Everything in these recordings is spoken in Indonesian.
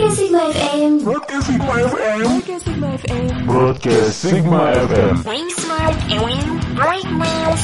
Broadcast Sigma FM. Broadcast Sigma FM. Broadcast Sigma FM. Broadcast Sigma FM. Win smart and win brightness.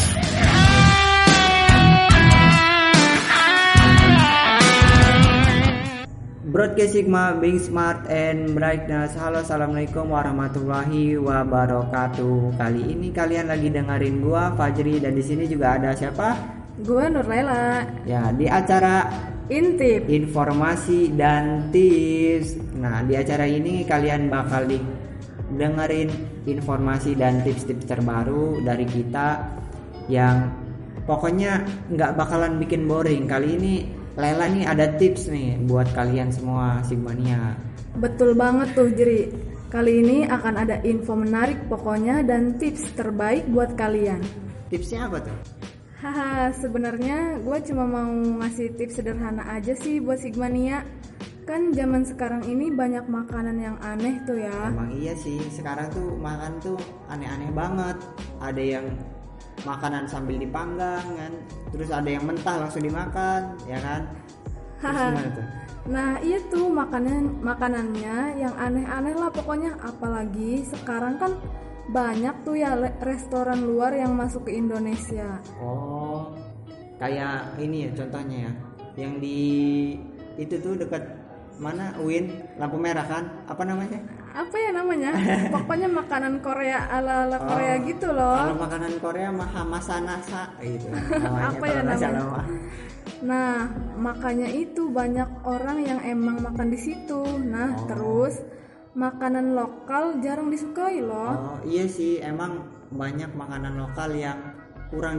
Broadcast Sigma, being smart and brightness. Halo, assalamualaikum warahmatullahi wabarakatuh. Kali ini kalian lagi dengerin gua Fajri dan di sini juga ada siapa? Gua Nurlela. Ya, di acara Intip. informasi dan tips. Nah, di acara ini kalian bakal dengerin informasi dan tips-tips terbaru dari kita yang pokoknya nggak bakalan bikin boring. Kali ini Lela nih ada tips nih buat kalian semua Sigmania. Betul banget tuh Jeri. Kali ini akan ada info menarik pokoknya dan tips terbaik buat kalian. Tipsnya apa tuh? Haha, sebenarnya gue cuma mau ngasih tips sederhana aja sih buat Sigmania. Kan zaman sekarang ini banyak makanan yang aneh tuh ya. Emang iya sih, sekarang tuh makan tuh aneh-aneh banget. Ada yang makanan sambil dipanggang kan, terus ada yang mentah langsung dimakan, ya kan? Terus gimana tuh? Nah iya tuh makanannya yang aneh-aneh lah pokoknya. Apalagi sekarang kan banyak tuh ya restoran luar yang masuk ke Indonesia. Oh, kayak ini ya contohnya ya, yang di itu tuh dekat mana UIN, lampu merah kan? Apa namanya? Apa ya namanya? Pokoknya makanan Korea ala Korea gitu loh. Kalau makanan Korea mahamasana gitu. Namanya, apa ya namanya? Nah, makanya itu banyak orang yang emang makan di situ. Nah, terus makanan lokal jarang disukai loh. Oh, iya sih, emang banyak makanan lokal yang kurang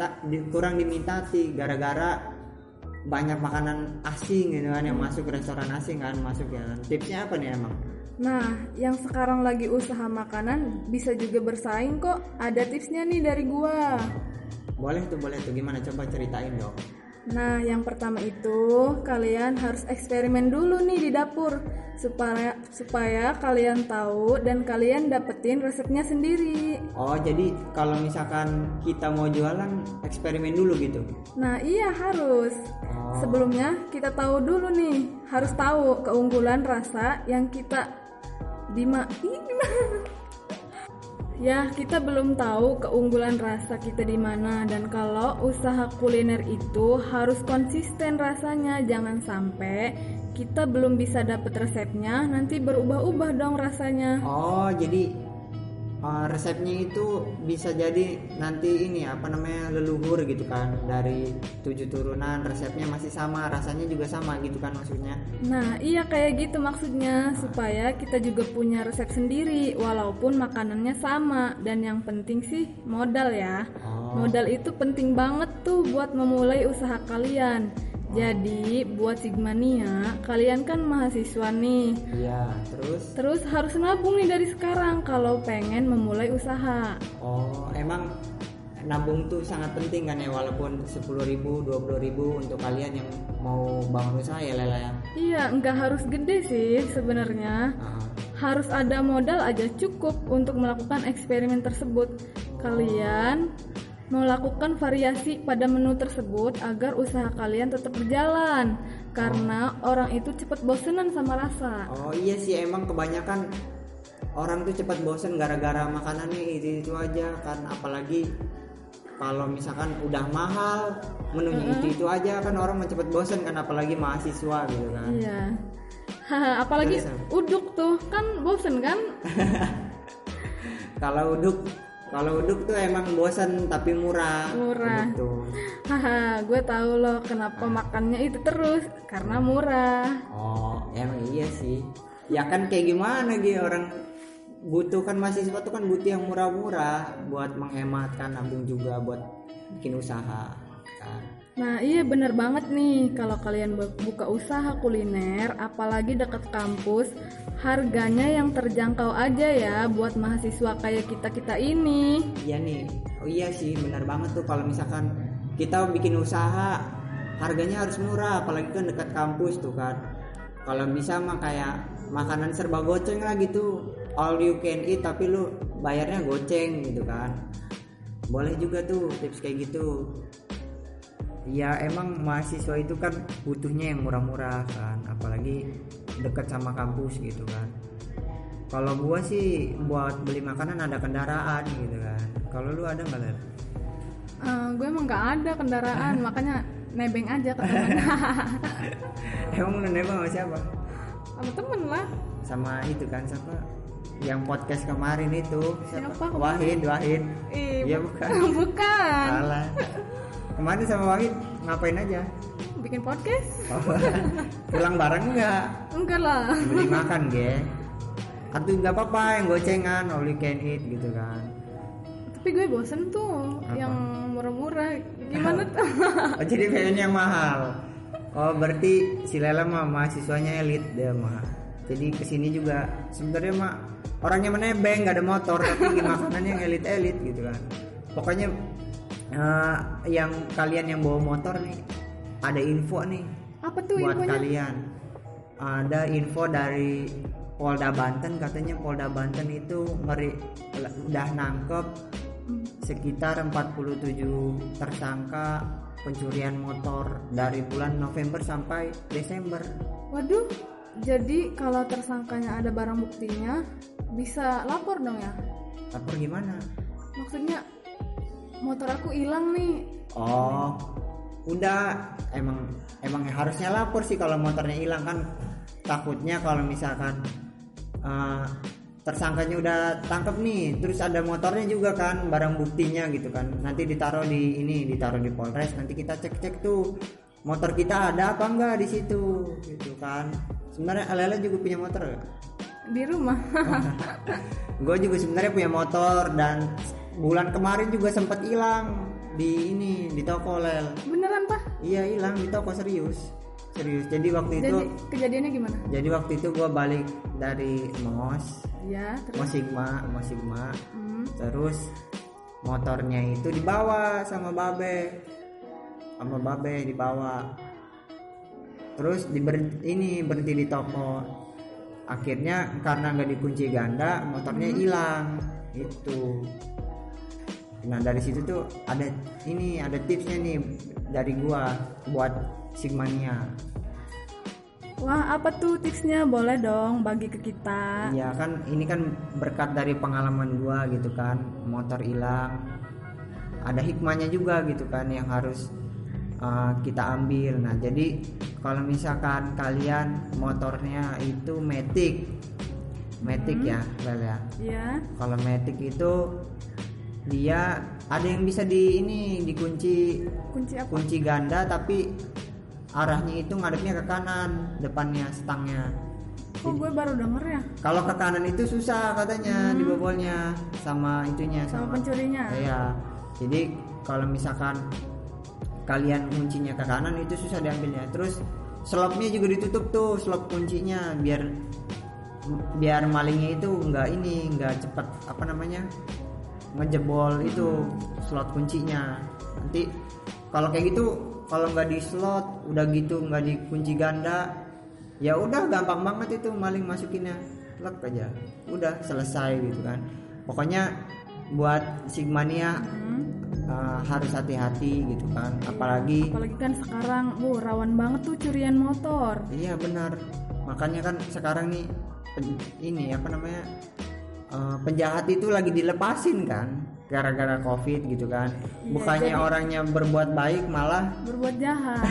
diminati gara-gara banyak makanan asing gitu kan yang masuk restoran asing kan masuk ya kan. Tipsnya apa nih emang? Nah, yang sekarang lagi usaha makanan bisa juga bersaing kok. Ada tipsnya nih dari gua. Boleh tuh gimana, coba ceritain dong. Nah, yang pertama itu kalian harus eksperimen dulu nih di dapur supaya kalian tahu dan kalian dapetin resepnya sendiri. Oh, jadi kalau misalkan kita mau jualan eksperimen dulu gitu. Nah, iya harus. Sebelumnya kita tahu dulu nih, harus tahu keunggulan rasa yang kita Ya, kita belum tahu keunggulan rasa kita di mana, dan kalau usaha kuliner itu harus konsisten rasanya. Jangan sampai kita belum bisa dapet resepnya, nanti berubah-ubah dong rasanya. Oh, jadi resepnya itu bisa jadi nanti ini leluhur gitu kan, dari 7 turunan resepnya masih sama, rasanya juga sama gitu kan maksudnya. Nah iya kayak gitu maksudnya, supaya kita juga punya resep sendiri walaupun makanannya sama. Dan yang penting sih modal ya. Modal itu penting banget tuh buat memulai usaha kalian. Jadi buat Sigmania, kalian kan mahasiswa nih. Iya, Terus harus nabung nih dari sekarang kalau pengen memulai usaha. Oh, emang nabung tuh sangat penting kan ya, walaupun 10.000, 20.000 untuk kalian yang mau bangun usaha ya Lela ya. Iya, nggak harus gede sih sebenarnya. Harus ada modal aja cukup untuk melakukan eksperimen tersebut. Kalian melakukan variasi pada menu tersebut agar usaha kalian tetap berjalan, karena orang itu cepat bosenan sama rasa. Oh iya sih, emang kebanyakan orang tuh cepat bosen gara-gara makanannya itu aja kan. Apalagi kalau misalkan udah mahal menunya itu aja kan orang cepat bosen kan, apalagi mahasiswa gitu kan. Iya. Apalagi uduk tuh kan bosen kan. Kalau uduk tuh emang bosan tapi murah. Gitu. Gue tahu loh kenapa makannya itu terus, karena murah. Oh, emang iya sih. Ya kan kayak gimana gitu, orang butuh kan, mahasiswa tuh kan butuh yang murah-murah buat menghemat kan, nabung juga buat bikin usaha kan. Nah iya bener banget nih, kalau kalian buka usaha kuliner apalagi dekat kampus, harganya yang terjangkau aja ya buat mahasiswa kayak kita ini. Iya nih, oh iya sih benar banget tuh, kalau misalkan kita bikin usaha harganya harus murah, apalagi kan dekat kampus tuh kan. Kalau bisa mah kayak makanan serba goceng lah gitu, all you can eat tapi lu bayarnya goceng gitu kan. Boleh juga tuh tips kayak gitu. Ya emang mahasiswa itu kan butuhnya yang murah-murah kan, apalagi deket sama kampus gitu kan. Kalau gua sih buat beli makanan ada kendaraan gitu kan. Kalau lu ada nggak, Lel? Gue emang nggak ada kendaraan, makanya nebeng aja ke temen. Emang lu nebeng sama siapa? Sama temen lah. Sama itu kan siapa? Yang podcast kemarin itu Siapa? Wahid. Iya bukan. Bukan. Salah. Kemarin sama Wahid ngapain aja? Bikin podcast? Pulang bareng nggak? Enggak lah. Beli makan ge. Atau nggak apa-apa yang gocengan, all you can eat gitu kan. Tapi gue bosen tuh Apa? yang murah-murah. Gimana tuh? Oh, jadi pengen yang mahal. Oh berarti si Lela mah mahasiswanya elit dia mah. Jadi kesini juga sebenarnya mah orangnya menebeng, nggak ada motor tapi makanannya yang elit-elit gitu kan. Pokoknya yang kalian yang bawa motor nih ada info nih. Apa tuh buat infonya? kalian. Ada info dari Polda Banten, katanya Polda Banten itu udah nangkep sekitar 47 tersangka pencurian motor dari bulan November sampai Desember. Waduh, jadi kalau tersangkanya ada barang buktinya bisa lapor dong ya? Lapor gimana? Maksudnya motor aku hilang nih. Oh, udah emang harusnya lapor sih kalau motornya hilang kan. Takutnya kalau misalkan tersangkanya udah tangkep nih, terus ada motornya juga kan, barang buktinya gitu kan. Nanti ditaruh di Polres, nanti kita cek tuh motor kita ada apa enggak di situ gitu kan. Sebenarnya Lela juga punya motor gak? Di rumah. Gue juga sebenarnya punya motor dan bulan kemarin juga sempat hilang di toko, Lel. Beneran Pak? Iya hilang di toko, serius. Jadi waktu itu kejadiannya gimana? Jadi waktu itu gue balik dari MOS. Iya, Mos Sigma. Terus motornya itu dibawa sama Babe dibawa. Terus berhenti di toko. Akhirnya karena nggak dikunci ganda, motornya hilang. Itu. Nah dari situ tuh ada tipsnya nih dari gua buat Sigmania. Wah, apa tuh tipsnya? Boleh dong bagi ke kita. Iya kan, ini kan berkat dari pengalaman gua gitu kan, motor hilang. Ada hikmahnya juga gitu kan yang harus kita ambil. Nah, jadi kalau misalkan kalian motornya itu Matic ya, Lel ya. Iya. Kalau Matic itu dia ada yang bisa dikunci Kunci apa? kunci ganda tapi arahnya itu ngadepnya ke kanan, depannya stangnya. Oh, gue baru denger ya. Kalau ke kanan itu susah katanya dibobolnya sama itunya Sama pencurinya. Iya. Jadi kalau misalkan kalian kuncinya ke kanan itu susah diambilnya. Terus slotnya juga ditutup tuh, slot kuncinya biar malingnya itu nggak cepet ngejebol itu slot kuncinya. Nanti kalau kayak gitu, kalau nggak di slot udah gitu nggak dikunci ganda, ya udah gampang banget itu maling masukinnya, plek aja udah selesai gitu kan. Pokoknya buat Sigmania harus hati-hati gitu kan, apalagi kan sekarang rawan banget tuh curian motor. Iya benar, makanya kan sekarang nih penjahat itu lagi dilepasin kan gara-gara COVID gitu kan. Bukannya orangnya berbuat baik malah berbuat jahat.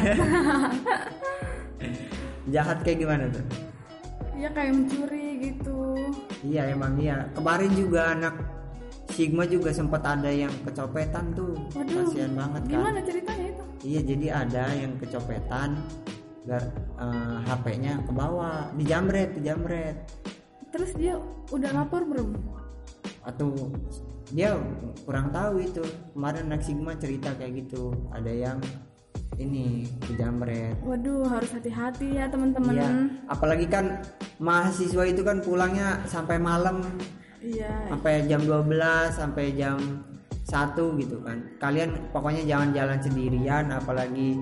Jahat kayak gimana tuh? Iya kayak mencuri gitu. Iya emang iya. Kemarin juga anak Sigma juga sempat ada yang kecopetan tuh. Waduh, kasihan banget kan. Gimana ceritanya itu? Iya jadi ada yang kecopetan, HP-nya ke bawah, dijamret. Terus dia udah lapor belum? Atau dia kurang tahu itu. Kemarin anak Sigma cerita kayak gitu, ada yang kejamret. Waduh, harus hati-hati ya teman-teman. Iya, apalagi kan mahasiswa itu kan pulangnya sampai malam. Iya. Sampai jam 12, sampai jam 1 gitu kan. Kalian pokoknya jangan jalan sendirian, apalagi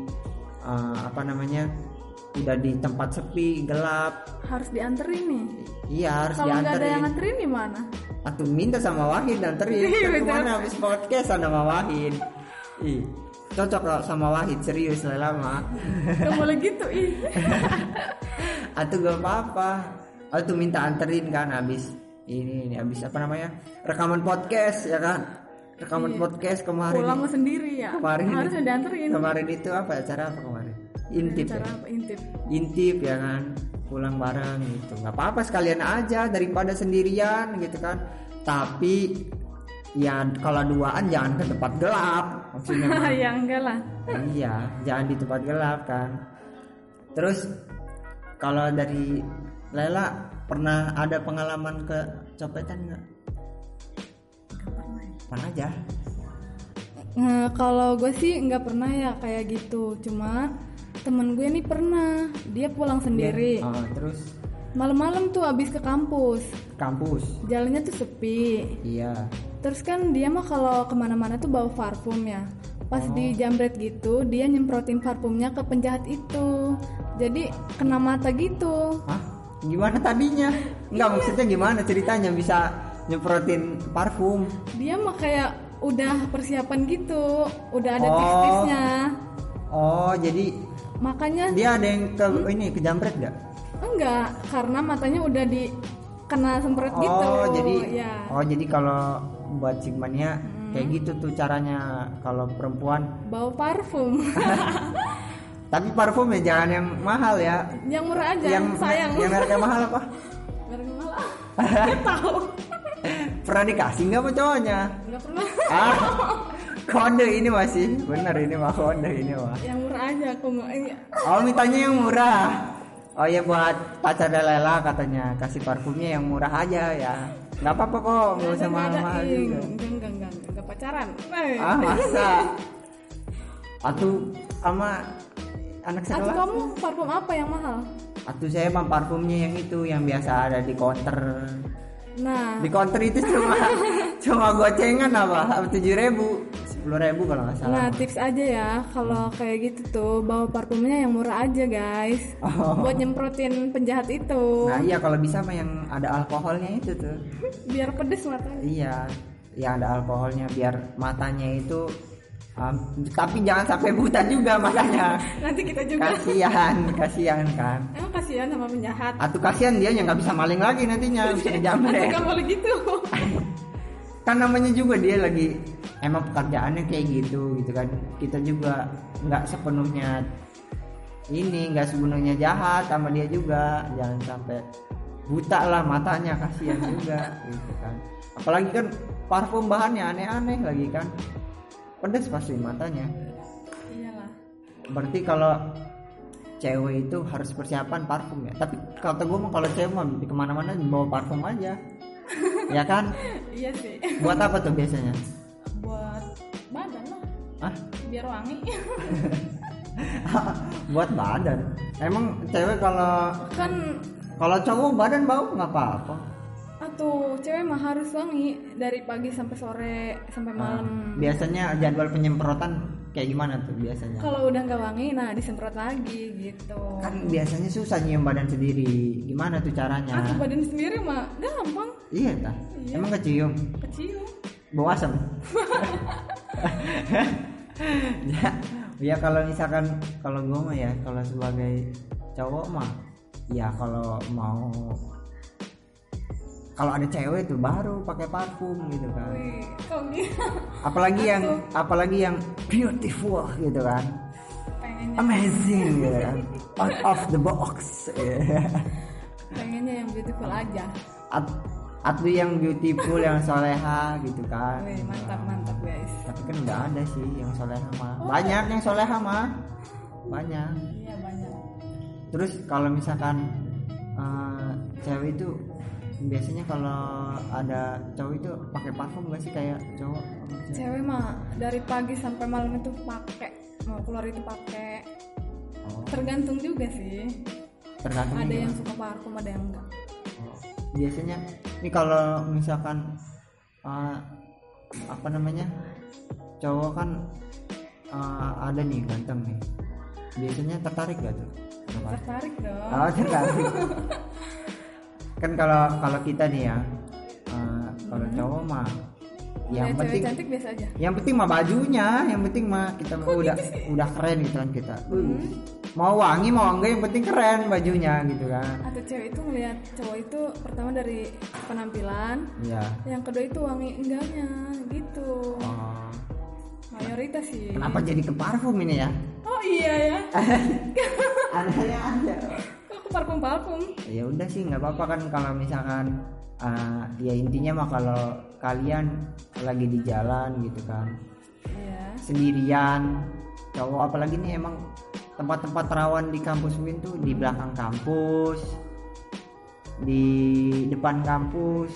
udah di tempat sepi, gelap. Harus dianterin nih. Iya, harus Kalau dianterin. nggak ada yang nganterin gimana? Atau minta sama Wahid anterin. Kemana habis podcast sama Wahid. Ih, cocok loh sama Wahid, serius lama. Gak boleh gitu. Atau gak apa-apa. Atau minta anterin kan habis ini habis apa namanya? Rekaman podcast ya kan? Rekaman podcast kemarin. Pulang sendiri ya. Kemarin harusnya dianterin. Kemarin itu apa acara apa kemarin? Intip. Cara Ya? apa? Intip. Intip ya kan? Pulang bareng gitu. Nggak apa-apa sekalian aja daripada sendirian gitu kan. Tapi ya kalau duaan jangan ke tempat gelap maksudnya. Ya enggak lah. Iya, jangan di tempat gelap kan. Terus kalau dari Lela pernah ada pengalaman kecopetan nggak? Pernah aja. Nah, kalau gue sih nggak pernah ya kayak gitu. Cuma temen gue nih pernah. Dia pulang sendiri. Terus Malam-malam tuh abis ke kampus. kampus. Jalannya tuh sepi. Iya. Terus kan dia mah kalau kemana-mana tuh bawa parfum ya. Pas di jambret gitu, dia nyemprotin parfumnya ke penjahat itu. Jadi kena mata gitu. Hah? Gimana tadinya? Enggak maksudnya gimana ceritanya bisa nyemprotin parfum? Dia mah kayak udah persiapan gitu, udah ada tips-tipsnya. Oh, jadi Makanya dia ada yang ke ini ke jambret enggak? enggak, karena matanya udah kena semprot gitu. Jadi ya. jadi kalau buat Sigmania kayak gitu tuh caranya kalau perempuan. Bawa parfum. Tapi parfumnya jangan yang mahal ya. Yang murah aja, Yang sayang. Yang mereka mahal apa? Merek mahal. Nggak tahu. Pernah dikasih nggak sama cowoknya? Nggak pernah. Kode ini masih bener ini mah kode ini mah. Yang murah aja aku mau. Oh mintanya yang murah. Oh ya buat pacar Lela katanya kasih parfumnya yang murah aja ya. Nggak apa-apa kok nggak usah mahal-mahal juga. Enggak pacaran. Masa? Atau sama anak Atau sekolah? kamu parfum apa yang mahal? Atau saya mah parfumnya yang itu yang biasa ada di counter. Nah, Di counter itu cuma gocengan apa? 7.000, 10.000 kalau nggak salah. nah tips aja ya kalau kayak gitu tuh bawa parfumnya yang murah aja guys. Buat nyemprotin penjahat itu. Nah iya kalau bisa mah yang ada alkoholnya itu tuh. Biar pedes matanya. Iya, yang ada alkoholnya biar matanya itu. Tapi jangan sampai buta juga matanya. Nanti kita juga. Kasihan kan. Emang kasihan sama penjahat. Atau kasihan dia yang nggak bisa maling lagi nantinya bisa dijamret. Gak boleh gitu. Kan namanya juga dia lagi emang pekerjaannya kayak gitu kan. Kita juga nggak sepenuhnya jahat sama dia juga. Jangan sampai buta lah matanya, kasihan juga gitu kan. Apalagi kan parfum bahannya aneh-aneh lagi kan. Pedas pasti matanya. Iyalah. Berarti kalau cewek itu harus persiapan parfum ya. Tapi kata gue mah kalau cewek mah kemana-mana bawa parfum aja. Ya kan? Iya sih. Buat apa tuh biasanya? Buat badan lah. Hah? Biar wangi. Buat badan. Emang cewek Kan kalau cowok badan bau nggak apa-apa. Atuh, cewek mah harus wangi dari pagi sampai sore sampai malam. Biasanya jadwal penyemprotan kayak gimana tuh biasanya? Kalau udah nggak wangi, nah disemprot lagi gitu. Kan biasanya susah nyium badan sendiri. Gimana tuh caranya? Aku badan sendiri mah gampang, Iya tah. Iya. Emang kecium? kecil. Bau asam. Ya kalau misalkan kalau gue mah ya kalau sebagai cowok mah ya kalau ada cewek tuh baru pakai parfum gitu kan. Wih, kok gitu? Apalagi yang beautiful gitu kan. Pengennya, Amazing gitu kan. Out of the box. pengennya yang beautiful aja. Atau yang beautiful yang soleha gitu kan. Wih, mantap guys. Tapi kan udah ada sih yang soleha mah. Banyak yang soleha mah. Banyak. Iya banyak. Terus kalau misalkan cewek itu biasanya kalau ada cowok itu pakai parfum gak sih kayak cowok? Cewek mah dari pagi sampai malam itu pakai, mau keluar itu pakai. Tergantung juga sih. Tergantung Ada gimana? yang suka parfum, ada yang enggak. Biasanya nih kalau misalkan cowok kan ada nih ganteng nih. Biasanya tertarik gak tuh? Tertarik dong. Oh tertarik. Kan kalau kita nih ya kalau cowok mah yang Cewek penting cantik biasa aja. yang penting mah bajunya, yang penting mah kita mah udah keren gitu kan kita. mau wangi mau enggak yang penting keren bajunya gitu kan. Atau cewek itu ngelihat cowok itu pertama dari penampilan, Iya. yang kedua itu wangi enggaknya gitu. Oh. Mayoritas sih. Kenapa jadi ke parfum ini ya? Oh iya ya. Anehnya aja. Kok ke parfum? Ya udah sih nggak apa-apa kan kalau misalkan ya intinya mah kalau kalian lagi di jalan gitu kan Iya. sendirian cowok apalagi nih emang tempat-tempat rawan di kampus UIN tuh di belakang kampus, di depan kampus,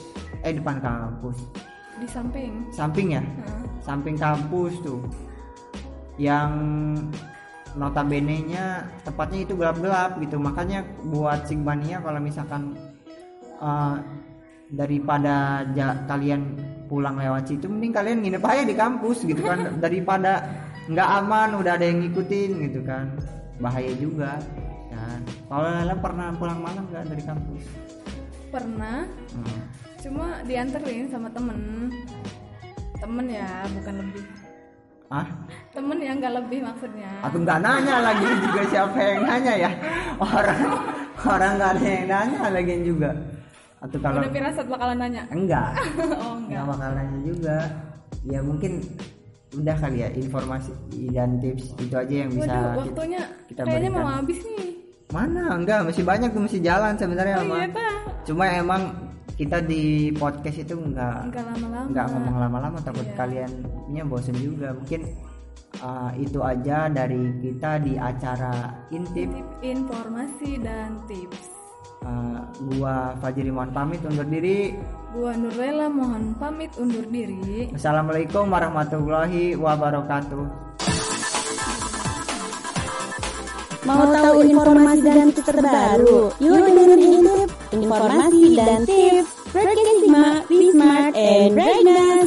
Di samping ya, samping kampus tuh, yang notabene-nya tempatnya itu gelap-gelap gitu. Makanya buat Sigmania kalau misalkan daripada kalian pulang lewat situ, mending kalian nginep aja di kampus gitu kan, daripada nggak aman udah ada yang ngikutin gitu kan, bahaya juga kan. Kalau Lala pernah pulang malam nggak dari kampus? Pernah. Cuma dianterin sama temen ya, bukan lebih. Temen yang nggak lebih maksudnya. Aku nggak nanya lagi juga siapa yang nanya ya, orang nggak ada yang nanya lagi juga. Atau kalau udah firasat bakalan nanya? Enggak. Oh enggak. Nggak bakal nanya juga. Ya mungkin udah kali ya informasi dan tips itu aja yang bisa. Waduh, waktunya kita kayaknya berikan. mau habis nih. Mana? Enggak, masih banyak tuh, masih jalan sebenarnya. Oh iya Pak. Cuma emang kita di podcast itu enggak lama-lama. Enggak ngomong lama-lama, takut kaliannya bosen juga. Mungkin itu aja dari kita di acara Intip. Informasi dan tips. Gua Fajri mohon pamit undur diri. Gua Nurlela mohon pamit undur diri. Assalamualaikum warahmatullahi wabarakatuh. Mau tahu informasi dan tips terbaru? Yuk dengerin Intip, informasi dan tips. Broadcast Sigma, be smart and brightness.